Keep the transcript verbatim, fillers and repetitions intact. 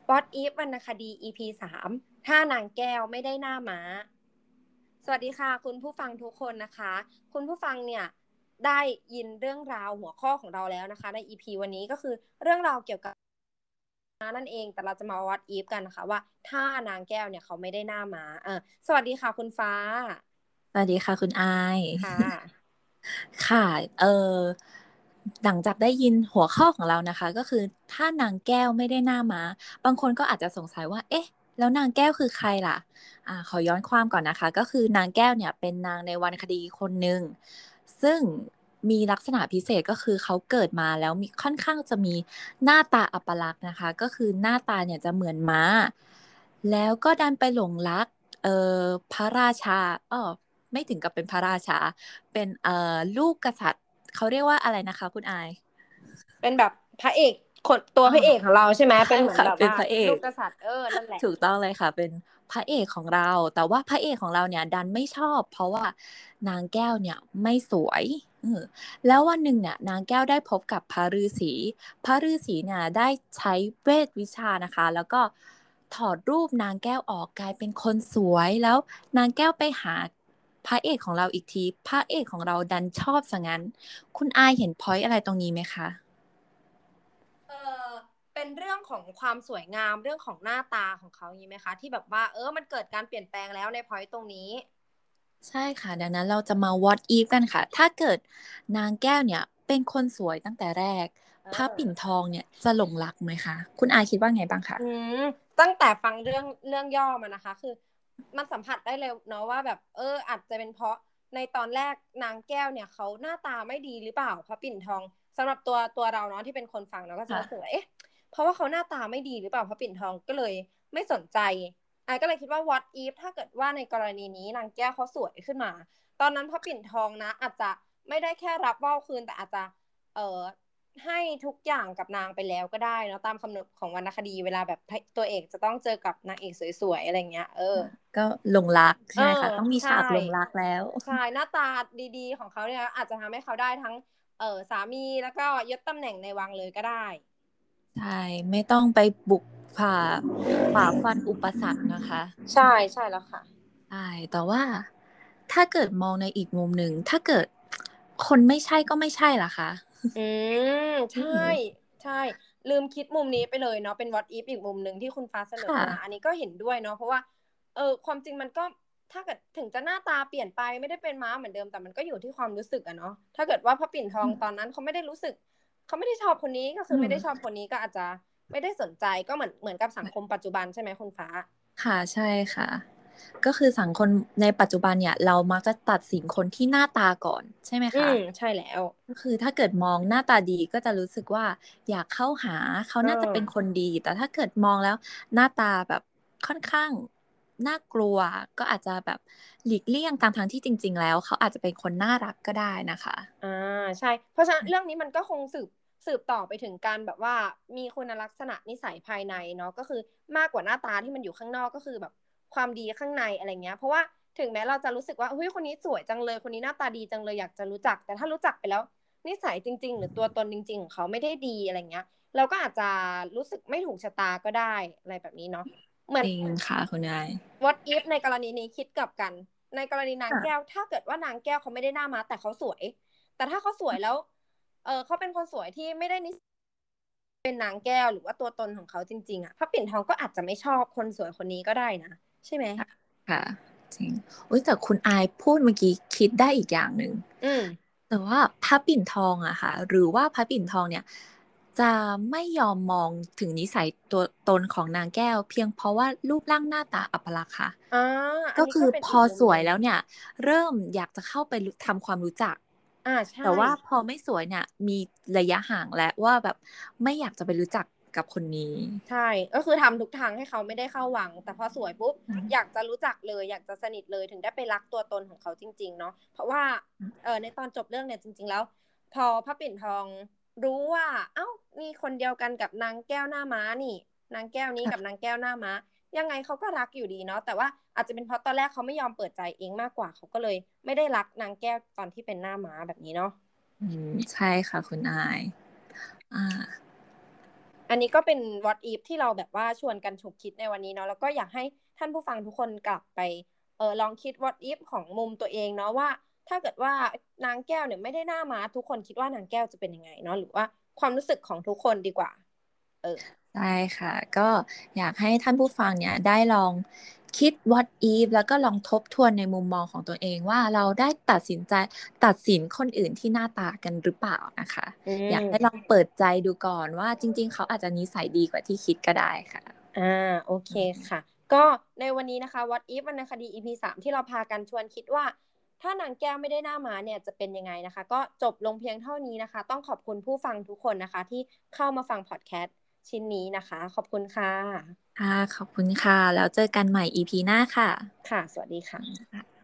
What if วรรณคดี อี พี สามถ้านางแก้วไม่ได้หน้าม้าสวัสดีค่ะคุณผู้ฟังทุกคนนะคะคุณผู้ฟังเนี่ยได้ยินเรื่องราวหัวข้อของเราแล้วนะคะใน อี พี วันนี้ก็คือเรื่องราวเกี่ยวกับม้านั่นเองแต่เราจะมา What if กันนะคะว่าถ้านางแก้วเนี่ยเขาไม่ได้หน้าม้าเออสวัสดีค่ะคุณฟ้าสวัสดีค่ะคุณอายค่ะค่ะเออหลังจากได้ยินหัวข้อของเรานะคะก็คือถ้านางแก้วไม่ได้หน้าม้าบางคนก็อาจจะสงสัยว่าเอ๊ะแล้วนางแก้วคือใครล่ะอ่าขอย้อนความก่อนนะคะก็คือนางแก้วเนี่ยเป็นนางในวรรณคดีคนหนึ่งซึ่งมีลักษณะพิเศษก็คือเขาเกิดมาแล้วมีค่อนข้างจะมีหน้าตาอัปลักษณ์นะคะก็คือหน้าตาเนี่ยจะเหมือนม้าแล้วก็ดันไปหลงรักเอ่อพระราชาอ้อ ไม่ถึงกับเป็นพระราชา เป็นเอ่อลูกกษัตริย์เขาเรียกว่าอะไรนะคะคุณอายเป็นแบบพระเอกคนตัวอ๋อพระเอกของเราใช่ไหมใช่เป็นเหมือนค่ะเป็นแบบว่าลูพระเอกกกษัตริย์เออนั่นแหละถูกต้องเลยค่ะเป็นพระเอกของเราแต่ว่าพระเอกของเราเนี่ยดันไม่ชอบเพราะว่านางแก้วเนี่ยไม่สวยเออแล้ววันหนึ่งเนี่ยนางแก้วได้พบกับพระฤาษีพระฤาษีเนี่ยได้ใช้เวทวิชานะคะแล้วก็ถอดรูปนางแก้วออกกลายเป็นคนสวยแล้วนางแก้วไปหาพระเอกของเราอีกทีพระเอกของเราดันชอบซะงั้นคุณอายเห็นพอยต์อะไรตรงนี้ไหมคะเออเป็นเรื่องของความสวยงามเรื่องของหน้าตาของเขาอย่างนี้ไหมคะที่แบบว่าเออมันเกิดการเปลี่ยนแปลงแล้วในพอยต์ตรงนี้ใช่ค่ะดังนั้นเราจะมา what if กันค่ะถ้าเกิดนางแก้วเนี่ยเป็นคนสวยตั้งแต่แรกเอพระปิ่นอทองเนี่ยจะหลงรักไหมคะคุณอาคิดว่าไงบ้างคะอืมตั้งแต่ฟังเรื่องเรื่องย่อมานะคะคือมันสัมผัสได้เลยเนาะว่าแบบเอออาจจะเป็นเพราะในตอนแรกนางแก้วเนี่ยเขาหน้าตาไม่ดีหรือเปล่าพระปิ่นทองสำหรับตัวตัวเราเนาะที่เป็นคนฟังเนาะก็จะค่ะรู้สึกว่าเอ๊ะเพราะว่าเขาหน้าตาไม่ดีหรือเปล่าพระปิ่นทองก็เลยไม่สนใจอ่ะก็เลยคิดว่า what if ถ้าเกิดว่าในกรณีนี้นางแก้วเขาสวยขึ้นมา ตอนนั้นพระปิ่นทองนะอาจจะไม่ได้แค่รับว่าวคืนแต่อาจจะเอ่อให้ทุกอย่างกับนางไปแล้วก็ได้เนาะตามคำนบของวรรณคดีเวลาแบบตัวเอกจะต้องเจอกับนางเอกสวยๆอะไรเงี้ยเออก็หลงรักเออใช่ไหมคะต้องมีใช่ฉากหลงรักแล้วใช่หน้าตาดีๆของเขาเนี่ยอาจจะทำให้เขาได้ทั้งเออสามีแล้วก็ยศตำแหน่งในวังเลยก็ได้ใช่ไม่ต้องไปบุกฝ่าฝ่าฟันอุปสรรคนะคะใช่ใช่แล้วค่ะใช่แต่ว่าถ้าเกิดมองในอีกมุมหนึ่งถ้าเกิดคนไม่ใช่ก็ไม่ใช่ล่ะคะอืมอืใช่มใช่ลืมคิดมุมนี้ไปเลยเนาะเป็น what if อีกมุมหนึ่งที่คุณฟ้าเสนอค่ะมาอันนี้ก็เห็นด้วยเนาะเพราะว่าเออความจริงมันก็ถ้าเกิดถึงจะหน้าตาเปลี่ยนไปไม่ได้เป็นม้าเหมือนเดิมแต่มันก็อยู่ที่ความรู้สึกอะเนาะถ้าเกิดว่าพระปิ่นทองตอนนั้นเขาไม่ได้รู้สึกเขาไม่ได้ชอบคนนี้ก็คืออืมไม่ได้ชอบคนนี้ก็อาจจะไม่ได้สนใจก็เหมือนเหมือนกับสังคมปัจจุบันใช่ไหมคุณฟ้าค่ะใช่ค่ะก็คือสังคมในปัจจุบันเนี่ยเรามักจะตัดสินคนที่หน้าตาก่อนใช่ไหมคะอืมใช่แล้วก็คือถ้าเกิดมองหน้าตาดีก็จะรู้สึกว่าอยากเข้าหาเขาเอน่าจะเป็นคอนดีแต่ถ้าเกิดมองแล้วหน้าตาแบบค่อนข้างน่ากลัวก็อาจจะแบบหลีกเลี่ยงตามทางที่จริงๆแล้วเขาอาจจะเป็นคนน่ารักก็ได้นะคะอ่าใช่เพราะฉะนั้นเรื่องนี้มันก็คงสืบสืบต่อไปถึงการแบบว่ามีคุณลักษณะนิสัยภายในเนาะก็คือมากกว่าหน้าตาที่มันอยู่ข้างนอกก็คือแบบความดีข้างในอะไรเงี้ยเพราะว่าถึงแม้เราจะรู้สึกว่าเฮ้ยคนนี้สวยจังเลยคนนี้หน้าตาดีจังเลยอยากจะรู้จักแต่ถ้ารู้จักไปแล้วนิสัยจริงๆหรือตัวตนจริงๆของเขาไม่ได้ดีอะไรเงี้ยเราก็อาจจะรู้สึกไม่ถูกชะตาก็ได้อะไรแบบนี้เนาะเหมือนจริงค่ะคุณนาย what if ในกรณีนี้คิดกลับกันในกรณีนางแก้วค่ะถ้าเกิดว่านางแก้วเขาไม่ได้หน้ามาแต่เขาสวยแต่ถ้าเขาสวยแล้วเออเขาเป็นคนสวยที่ไม่ได้นิสัยเป็นนางแก้วหรือว่าตัวตนของเขาจริงๆอ่ะพระปิ่นทองก็อาจจะไม่ชอบคนสวยคนนี้ก็ได้นะใช่ไหมค่ะจริงอุ้ยแต่คุณอายพูดเมื่อกี้คิดได้อีกอย่างหนึ่งอืมแต่ว่าพระปิ่นทองอะค่ะหรือว่าพระปิ่นทองเนี่ยจะไม่ยอมมองถึงนิสัยตัวตนของนางแก้วเพียงเพราะว่ารูปร่างหน้าตาอัปลักษณ์ค่ะอ่าอันก็คือนี้ก็เป็นอีพอสกมุมหนึ่งวยแล้วเนี่ยเริ่มอยากจะเข้าไปทำความรู้จักอ่าใช่แต่ว่าพอไม่สวยเนี่ยมีระยะห่างและว่าแบบไม่อยากจะไปรู้จักกับคนนี้ใช่ก็คือทำทุกทางให้เขาไม่ได้เข้าวังแต่พอสวยปุ๊บอยากจะรู้จักเลยอยากจะสนิทเลยถึงได้ไปรักตัวตนของเขาจริงๆเนาะเพราะว่าเออในตอนจบเรื่องเนี่ยจริงๆแล้วพอพระปิ่นทองรู้ว่าเอ้ามีคนเดียวกันกับนางแก้วหน้าม้านี่นางแก้วนี้กับนางแก้วหน้าม้ายังไงเขาก็รักอยู่ดีเนาะแต่ว่าอาจจะเป็นเพราะตอนแรกเขาไม่ยอมเปิดใจเองมากกว่าเขาก็เลยไม่ได้รักนางแก้วตอนที่เป็นหน้าม้าแบบนี้เนาะอืมใช่ค่ะคุณอายอ่าอันนี้ก็เป็น what if ที่เราแบบว่าชวนกันฉุกคิดในวันนี้เนาะแล้วก็อยากให้ท่านผู้ฟังทุกคนกลับไปเออลองคิด what if ของมุมตัวเองเนาะว่าถ้าเกิดว่านางแก้วเนี่ยไม่ได้หน้าม้าทุกคนคิดว่านางแก้วจะเป็นยังไงเนาะหรือว่าความรู้สึกของทุกคนดีกว่าเออใช่ค่ะก็อยากให้ท่านผู้ฟังเนี่ยได้ลองคิด what if แล้วก็ลองทบทวนในมุมมองของตัวเองว่าเราได้ตัดสินใจตัดสินคนอื่นที่หน้าตากันหรือเปล่านะคะอือยากให้ลองมเปิดใจดูก่อนว่าจริงๆเขาอาจจะนิสัยดีกว่าที่คิดก็ได้ค่ะอ่าโอเคค่ะก็ในวันนี้นะคะ What if วรรณคดี อี พี สามที่เราพากันชวนคิดว่าถ้านางแก้วไม่ได้หน้าม้าเนี่ยจะเป็นยังไงนะคะก็จบลงเพียงเท่านี้นะคะต้องขอบคุณผู้ฟังทุกคนนะคะที่เข้ามาฟังพอดแคสต์ชิ้นนี้นะคะขอบคุณค่ะค่ะขอบคุณค่ะแล้วเจอกันใหม่ อี พี หน้าค่ะค่ะสวัสดีค่ะ